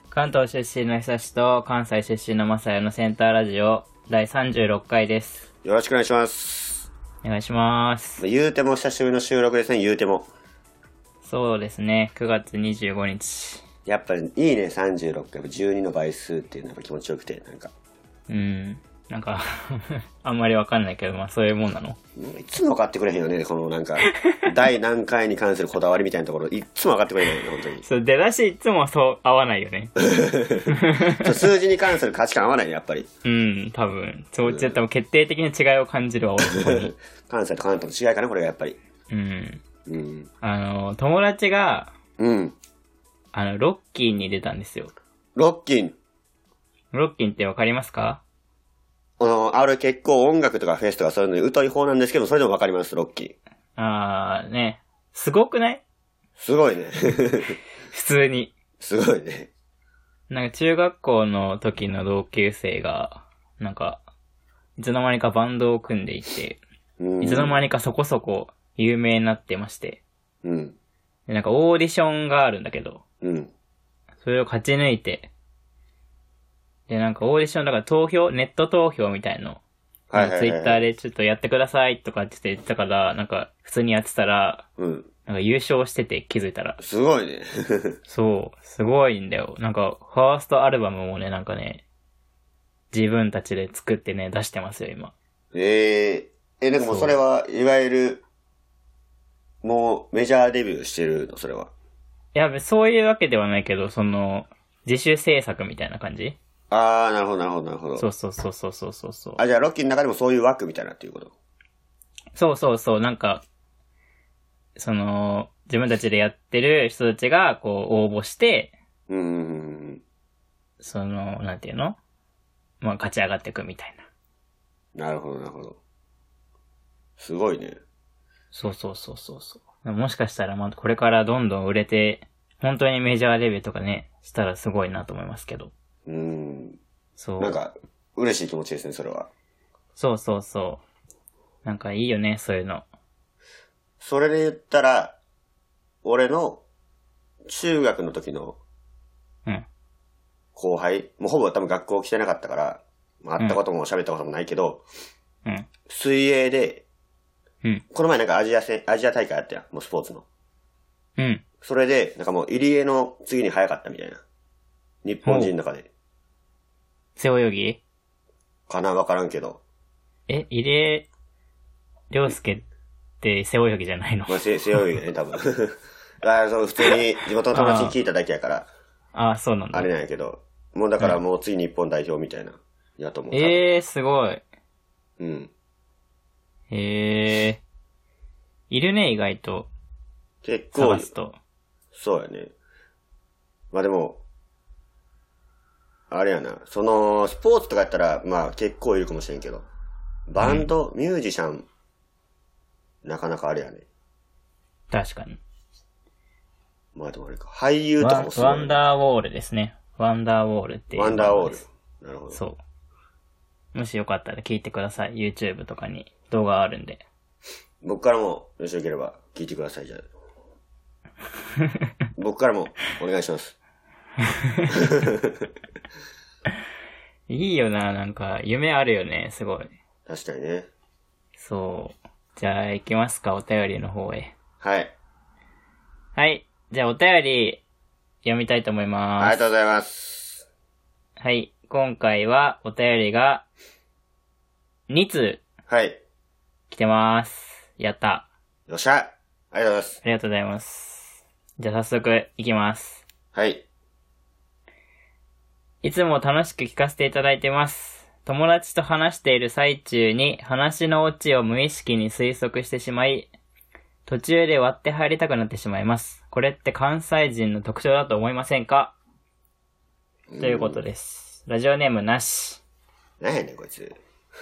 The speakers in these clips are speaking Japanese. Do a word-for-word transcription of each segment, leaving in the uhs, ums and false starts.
関東出身の久しと関西出身のまさやのセンターラジオだいさんじゅうろっかいです。 よろしくお願いします。 お願いします。 言うても久しぶりの収録ですね、言うても。 そうですね、くがつにじゅうごにち。 やっぱりいいね、さんじゅうろっかい、じゅうにの倍数っていうのが気持ちよくて、なんか。 うん、なんか、あんまりわかんないけど、まあそういうもんなの。 いつも分かってくれへんよね、このなんか、第何回に関するこだわりみたいなところ、いつも分かってくれへんよね、本当に。 そう、出だしいつもそう合わないよね。 そう数字に関する価値観合わないね、やっぱり。 うん、多分。そう、多分決定的に違いを感じるわ、俺ここに。 関西と関東の違いかな、これがやっぱり。 うん。 うん。 あの、友達が、 うん。 あの、ロッキーに出たんですよ。 ロッキン。 ロッキンってわかりますか？ あの、あれ結構音楽とかフェスとかそういうのに疎い方なんですけど、それでもわかります、ロッキー。 あー、ね。すごくない？ すごいね。 普通に。 すごいね。 なんか中学校の時の同級生が、なんか、いつの間にかバンドを組んでいて、いつの間にかそこそこ有名になってまして、 うん。 でなんかオーディションがあるんだけど、 うん。 それを勝ち抜いて、で、なんかオーディションだから投票、ネット投票みたいの、 はいはいはい、 ツイッターでちょっとやってくださいとかって言ってたから、なんか普通にやってたら、 うん。 なんか優勝してて気づいたら。 すごいね。 そう、すごいんだよ。なんか、ファーストアルバムもね、なんかね、自分たちで作ってね、出してますよ、今。 ええー、え、なんかもうそれは、いわゆる、もうメジャーデビューしてるの、それは。 いや、そういうわけではないけど、その、自主制作みたいな感じ？ あー、なるほど、なるほど、なるほど。 そうそうそうそうそうそう。 あ、じゃあロッキーの中でもそういう枠みたいなっていうこと？ そうそうそう、なんか、その、自分たちでやってる人たちが、こう、応募して、 うーん。 その、なんていうの？まあ、勝ち上がっていくみたいな。 なるほど、なるほど。すごいね。 そうそうそうそうそう。もしかしたら、まあ、これからどんどん売れて、本当にメジャーデビューとかね、したらすごいなと思いますけど。 うーん。 そう。 なんか、嬉しい気持ちですね、それは。 そうそうそう。なんかいいよね、そういうの。 それで言ったら、俺の中学の時の後輩、うん、もうほぼ多分学校来てなかったから、まあ、会ったことも喋ったこともないけど、 うん、 水泳で、 うん、 この前なんかアジア戦、アジア大会あったやん、もうスポーツの。 うん。 それで、なんかもう入江の次に早かったみたいな。日本人の中で。 背泳ぎかなわからんけど。 え、入江涼介って背泳ぎじゃないの？ まあ、背背泳ぎね、多分。あそう普通に地元の友達に聞いただけやから。 ああ、そうなんだ。 あれなんやけど。もうだからもう次日本代表みたいな。やと思う。 ええー、すごい。 うん。 へえー。いるね、意外と。 結構。 探すと。 そうやね。まあでも、あれやな。その、スポーツとかやったら、まあ結構いるかもしれんけど。バンド、うん、ミュージシャン、なかなかあれやね。 確かに。 まあでもあれか。俳優とかもすごい、 ワンダーウォールですね。ワンダーウォールっていう。 ワンダーウォール。なるほど。 そう。もしよかったら聞いてください。YouTube とかに動画あるんで。僕からも、よしよければ聞いてください、じゃあ。僕からもお願いします。 いいよな、なんか、夢あるよね、すごい。 確かにね。 そう。じゃあ、行きますか、お便りの方へ。 はい。 はい。じゃあ、お便り、読みたいと思います。 ありがとうございます。 はい。今回は、お便りが、に通。 はい。 来てます。やった。 よっしゃ。ありがとうございます。 ありがとうございます。じゃあ、早速、いきます。 はい。 いつも楽しく聞かせていただいてます。友達と話している最中に話のオチを無意識に推測してしまい、途中で割って入りたくなってしまいます。これって関西人の特徴だと思いませんか？ということです。ラジオネームなし。 なんやねんこいつ。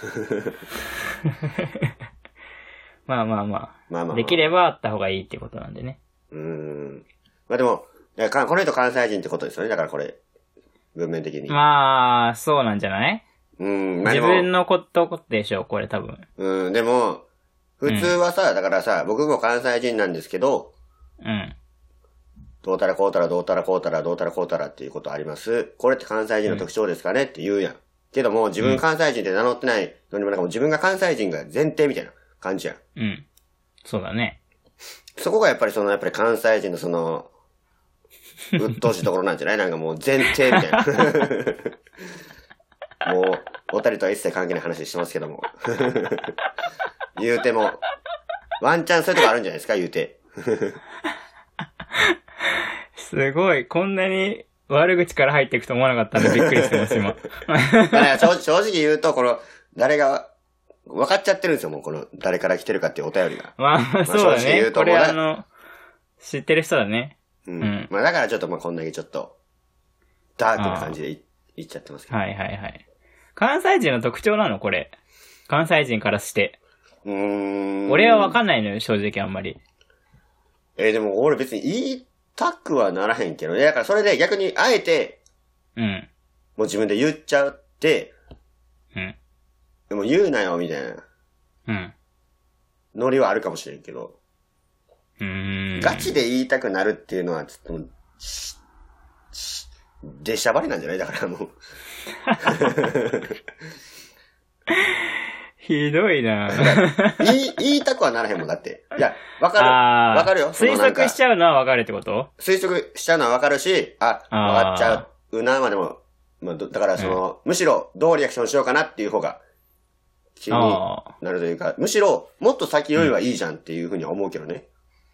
まあまあまあ。 まあまあ、まあ。 できればあった方がいいってことなんでね。 うーん。まあでも、この人関西人ってことですよね。だからこれ。文面的に。 まあ、そうなんじゃない？ うん、まあ、 自分のことでしょう、これ多分。 うん、でも、普通はさ、うん、だからさ、僕も関西人なんですけど、 うん。 どうたらこうたらどうたらこうたらどうたらこうたらっていうことあります。これって関西人の特徴ですかねって言うやん。けども自分関西人って名乗ってないのにもなんかもう自分が関西人が前提みたいな感じやん。 うん。そうだね。 そこがやっぱりそのやっぱり関西人のその、うっとうしいところなんじゃないなんかもう前提みたいな。もう、おたりとは一切関係ない話してますけども。言うても、ワンチャンそういうとこあるんじゃないですか言うて。 すごい、こんなに悪口から入っていくと思わなかったんでびっくりしてます、今。 だから正直言うと、この、誰が、分かっちゃってるんですよ、もうこの、誰から来てるかっていうお便りが。 まあ、そうだね。これあの、知ってる人だね。 うん。うん、まあだからちょっとまあこんだけちょっと、ダークな感じでい言っちゃってますけど。 はいはいはい。関西人の特徴なのこれ。関西人からして。 うーん。 俺は分かんないのよ、正直あんまり。 えー、でも俺別に言いたくはならへんけどね。だからそれで逆にあえて、 うん。 もう自分で言っちゃうって、 うん。 でも言うなよ、みたいな。 うん。 ノリはあるかもしれんけど。 うーん。 ガチで言いたくなるっていうのは、ちょっと、し、し、出しゃばりなんじゃないだからもう。 ひどいな言い、言いたくはならへんもん、だって。いや、わかる。わかるよ。 推測しちゃうのはわかるってこと？ 推測しちゃうのはわかるし、あ、わかっちゃうな、まあでも、まあ、だからその、うん、むしろどうリアクションしようかなっていう方が気になるというか、むしろもっと先読めばいいじゃんっていうふうには思うけどね。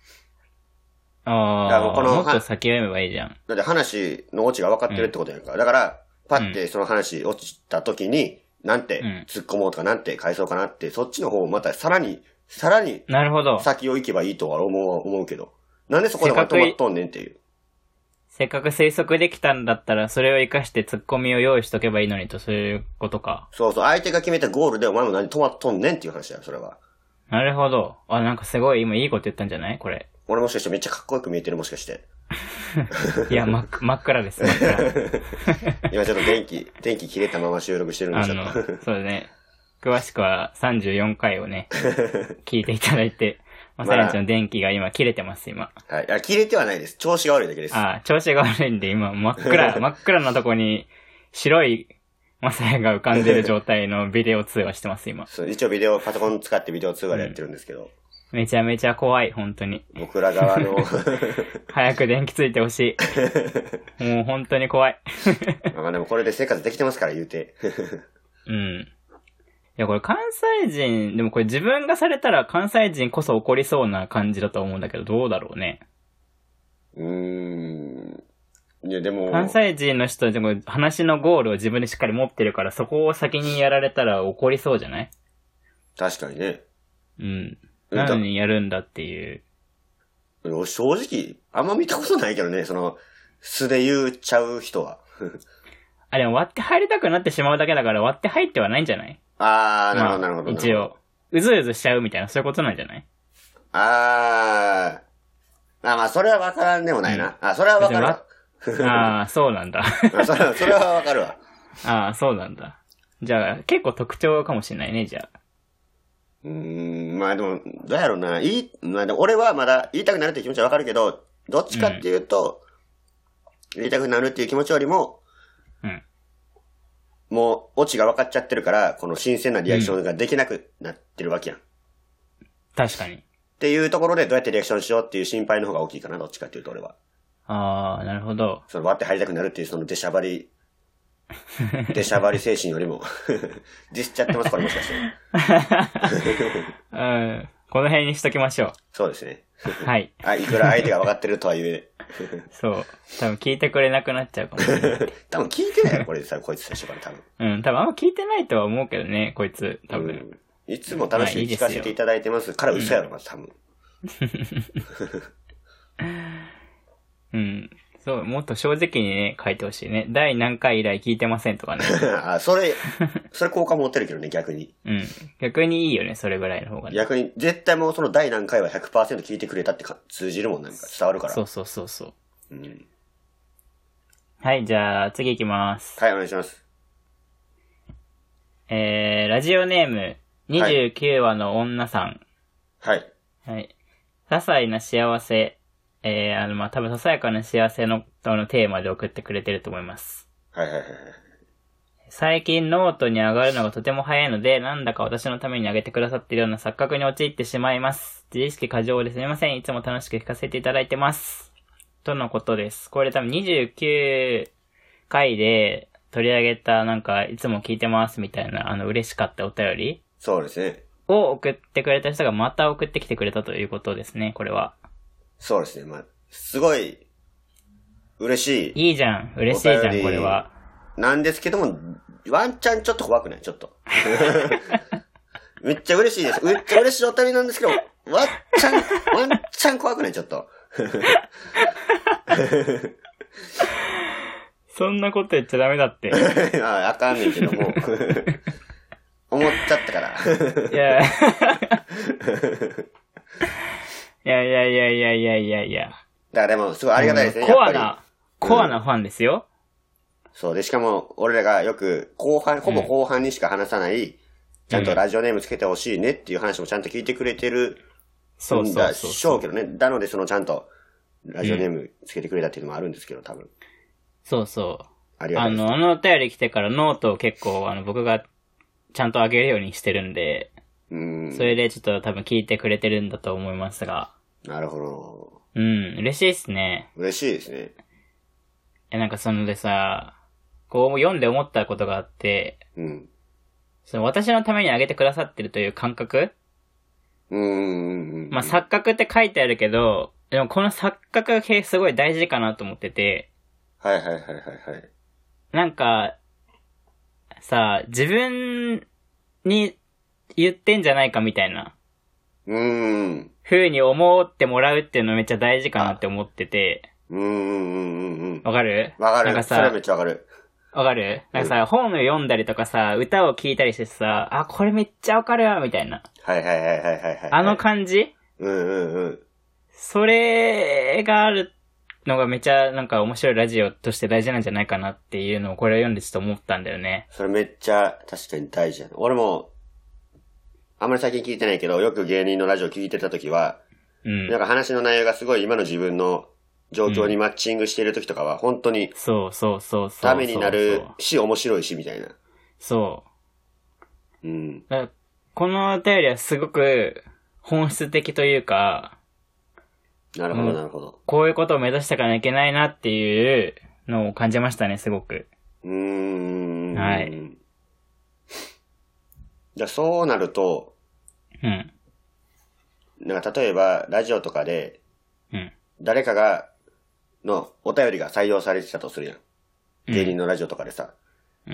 ああ。だからこのもっと先読めばいいじゃん。 だって話のオチが分かってるってことやんか。うん、だから、パッてその話落ちた時に、なんて突っ込もうとかなんて返そうかなって、そっちの方をまたさらに、さらに、 なるほど。 先を行けばいいとは思う、思うけど。なんでそこでまとまっとんねんっていう。 せっかく推測できたんだったら、それを活かして突っ込みを用意しとけばいいのにと、そういうことか。 そうそう、相手が決めたゴールでお前も何止まっとんねんっていう話だよ、それは。 なるほど。あ、なんかすごい今いいこと言ったんじゃないこれ。 俺もしかしてめっちゃかっこよく見えてるもしかして。 いや、真, 真っ暗です、真っ暗。今ちょっと電気、電気切れたまま収録してるんでしょ。 あの、そうね。詳しくはさんじゅうよんかいをね、聞いていただいて、まさやんちの電気が今切れてます、今。 はい。あ、切れてはないです。調子が悪いだけです。 ああ、調子が悪いんで今真っ暗、真っ暗なとこに白いまさやが浮かんでる状態のビデオ通話してます、今。 そう、一応ビデオ、パソコン使ってビデオ通話でやってるんですけど。 うん、めちゃめちゃ怖い、本当に。 僕ら側の。 早く電気ついてほしい。もう本当に怖い。 まあでもこれで生活できてますから言うて。 うん。いや、これ関西人、でもこれ自分がされたら関西人こそ怒りそうな感じだと思うんだけど、どうだろうね。 うーん。いや、でも。 関西人の人でも話のゴールを自分でしっかり持ってるから、そこを先にやられたら怒りそうじゃない？ 確かにね。 うん。なのにやるんだっていう。 正直、あんま見たことないけどね、その、素で言っちゃう人は。 あ、でも割って入りたくなってしまうだけだから割って入ってはないんじゃない？ あー、なるほど、なるほど。 一応。うずうずしちゃうみたいな、そういうことなんじゃない？ あー。あ、まあ、それは分からんでもないな。うん、あ、それは分かるわ。 ああ、そうなんだ。 あそれ。それは分かるわ。 ああ、そうなんだ。じゃあ、結構特徴かもしれないね、じゃあ。 うーん、まあでも、どうやろうな。いい、まあでも俺はまだ言いたくなるっていう気持ちは分かるけど、どっちかっていうと、うん、言いたくなるっていう気持ちよりも、 うん。 もう、オチが分かっちゃってるから、この新鮮なリアクションができなくなってるわけやん。うん、 確かに。 っていうところでどうやってリアクションしようっていう心配の方が大きいかな、どっちかっていうと俺は。 ああ、なるほど。 その割って入りたくなるっていうその出しゃばり、出しゃばり精神よりも、ディスっちゃってます、これもしかして。 うん。この辺にしときましょう。 そうですね。 はい。 あ、いくら相手が分かってるとは言え。 そう。多分聞いてくれなくなっちゃうかもしれない。 多分聞いてないよ、これさ、こいつ最初から多分。 うん、多分あんま聞いてないとは思うけどね、こいつ、多分。 うん、いつも楽しく聞かせていただいてますから嘘やろ、まず多分。 うん。そう、もっと正直にね、書いてほしいね。第何回以来聞いてませんとかね。 あ、それ、それ効果持ってるけどね、逆に。 うん。逆にいいよね、それぐらいの方がね。 逆に、絶対もうその第何回は ひゃくパーセント 聞いてくれたってか通じるもん、なんか伝わるから。 そうそうそうそう。 うん。 はい、じゃあ次行きます。 はい、お願いします。 えー、ラジオネーム、にじゅうきゅうわの女さん。 はい。 はい。些細な幸せ、 えー、あの、まあ、多分、ささやかな幸せの、あの、テーマで送ってくれてると思います。 はいはいはいはい。 最近ノートに上がるのがとても早いので、なんだか私のために上げてくださっているような錯覚に陥ってしまいます。自意識過剰ですみません。いつも楽しく聞かせていただいてます。とのことです。これ多分にじゅうきゅうかいで取り上げた、なんか、いつも聞いてますみたいな、あの、嬉しかったお便りそうですね。 を送ってくれた人がまた送ってきてくれたということですね、これは。 そうですね。まあ、すごい、嬉しい。 いいじゃん。嬉しいじゃん、これは。 なんですけども、ワンチャンちょっと怖くないちょっと。めっちゃ嬉しいです。めっちゃ嬉しいお便りなんですけど、ワンチャン、ワンチャン怖くないちょっと。 そんなこと言っちゃダメだって。 あ, あかんねんけども。思っちゃったから。 いや。いやいやいやいやいやいやいや。 だからでも、すごいありがたいですね。 コアな、コアなファンですよ。 そう。で、しかも、俺らがよく、後半、ほぼ後半にしか話さない、うん、ちゃんとラジオネームつけてほしいねっていう話もちゃんと聞いてくれてる。 そうそうそう。 しょうけどね。なので、そのちゃんと、ラジオネームつけてくれたっていうのもあるんですけど、多分。 そうそう。 ありがたいです。 あの、あのお便り来てからノートを結構、あの、僕がちゃんと上げるようにしてるんで、うん。それでちょっと多分聞いてくれてるんだと思いますが。 なるほど。 うん、嬉しいですね。 嬉しいですね。 え、なんかそのでさ、こう読んで思ったことがあって、うん。その私のためにあげてくださってるという感覚？うーん。まあ、錯覚って書いてあるけど、でもこの錯覚がすごい大事かなと思ってて。 はいはいはいはいはい。 なんか、さ、自分に言ってんじゃないかみたいな。うーん。風に思ってもらうっていうのめっちゃ大事かなって思ってて。うんうんうんうんうん。わかる？ わかる。 なんかさ、 それめっちゃわかる。 わかる？なんかさ、うん、本を読んだりとかさ、歌を聴いたりしてさ、あ、これめっちゃわかるわ、みたいな。 はいはいはいはいはい、はい。 あの感じ？ うんうんうん。 それがあるのがめっちゃなんか面白いラジオとして大事なんじゃないかなっていうのをこれを読んでちょっと思ったんだよね。 それめっちゃ確かに大事やな。俺も、あんまり最近聞いてないけど、よく芸人のラジオ聞いてた時は、うん、なんか話の内容がすごい今の自分の状況にマッチングしている時とかは、本当に、 そうそうそうそう。 ためになるし、面白いし、みたいな。 そう。うん。このお便りはすごく本質的というか、 なるほど、なるほど。 こういうことを目指していかなきゃいけないなっていうのを感じましたね、すごく。うーん。はい。 じゃあそうなると、うん。なんか例えば、ラジオとかで、うん。誰かが、のお便りが採用されてたとするやん。芸人のラジオとかでさ。うん。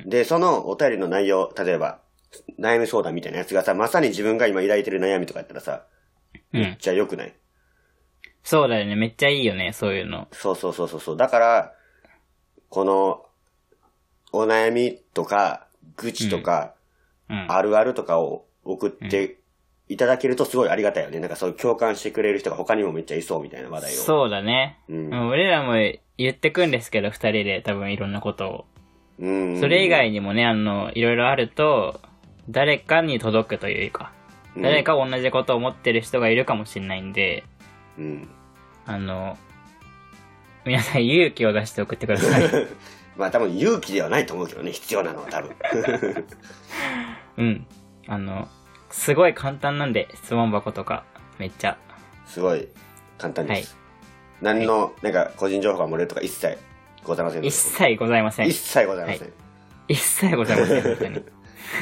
で、そのお便りの内容、例えば、悩み相談みたいなやつがさ、まさに自分が今抱いてる悩みとかやったらさ、めっちゃ良くない、うん、 そうだよね。めっちゃいいよね、そういうの。 そうそうそうそう。だから、この、お悩みとか、愚痴とか、うんうん、あるあるとかを送っていただけるとすごいありがたいよね。なんかそういう共感してくれる人が他にもめっちゃいそうみたいな話題を。 そうだね。うん、俺らも言ってくんですけど、二人で多分いろんなことを。うん。それ以外にもね、あの、いろいろあると、誰かに届くというか、うん、誰か同じことを思ってる人がいるかもしれないんで、うん。あの、皆さん勇気を出して送ってください。 まあ多分勇気ではないと思うけどね、必要なのは多分。 うん。あの、すごい簡単なんで、質問箱とか、めっちゃ。 すごい簡単です。はい、何の、なんか個人情報が漏れるとか一切ございません。 一切ございません。 一切ございません。はい、 一切ございません、本当に。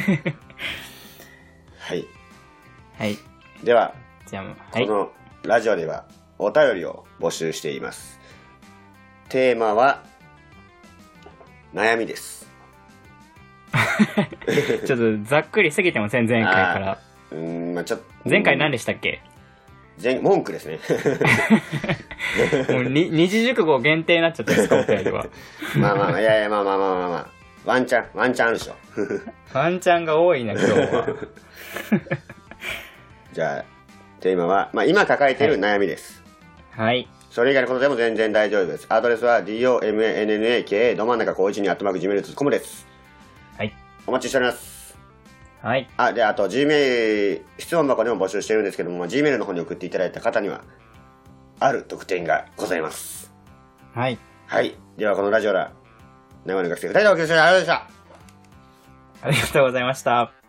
はい。 はい。 では、 じゃあ、 はい、このラジオではお便りを募集しています。テーマは、悩みです。 ちょっとざっくりすぎてません、前回から。 うーん、まあちょっと。 前回何でしたっけ？ 前、文句ですね。 もうに二次熟語限定になっちゃったんですか、お便りは。 まあまあまあ、いやいや、まあまあまあまあまあ。ワンチャン、ワンチャンあるでしょ。 ワンチャンが多いな、今日は。 じゃあ、テーマは、まあ今抱えている悩みです。 はい。はいそれ以外のことでも全然大丈夫です。アドレスは ディーオーエムエヌエヌエーケー ど真ん中こういちに アットマーク ジーメールドットコム です。 はい。 お待ちしております。 はい。 あ、で、あと Gmail、質問箱でも募集してるんですけども、まあ、Gmail の方に送っていただいた方には、 ある特典がございます。 はい。 はい。ではこのラジオら、名古屋の学生ふたりでお送りしました。ありがとうございました。 ありがとうございました。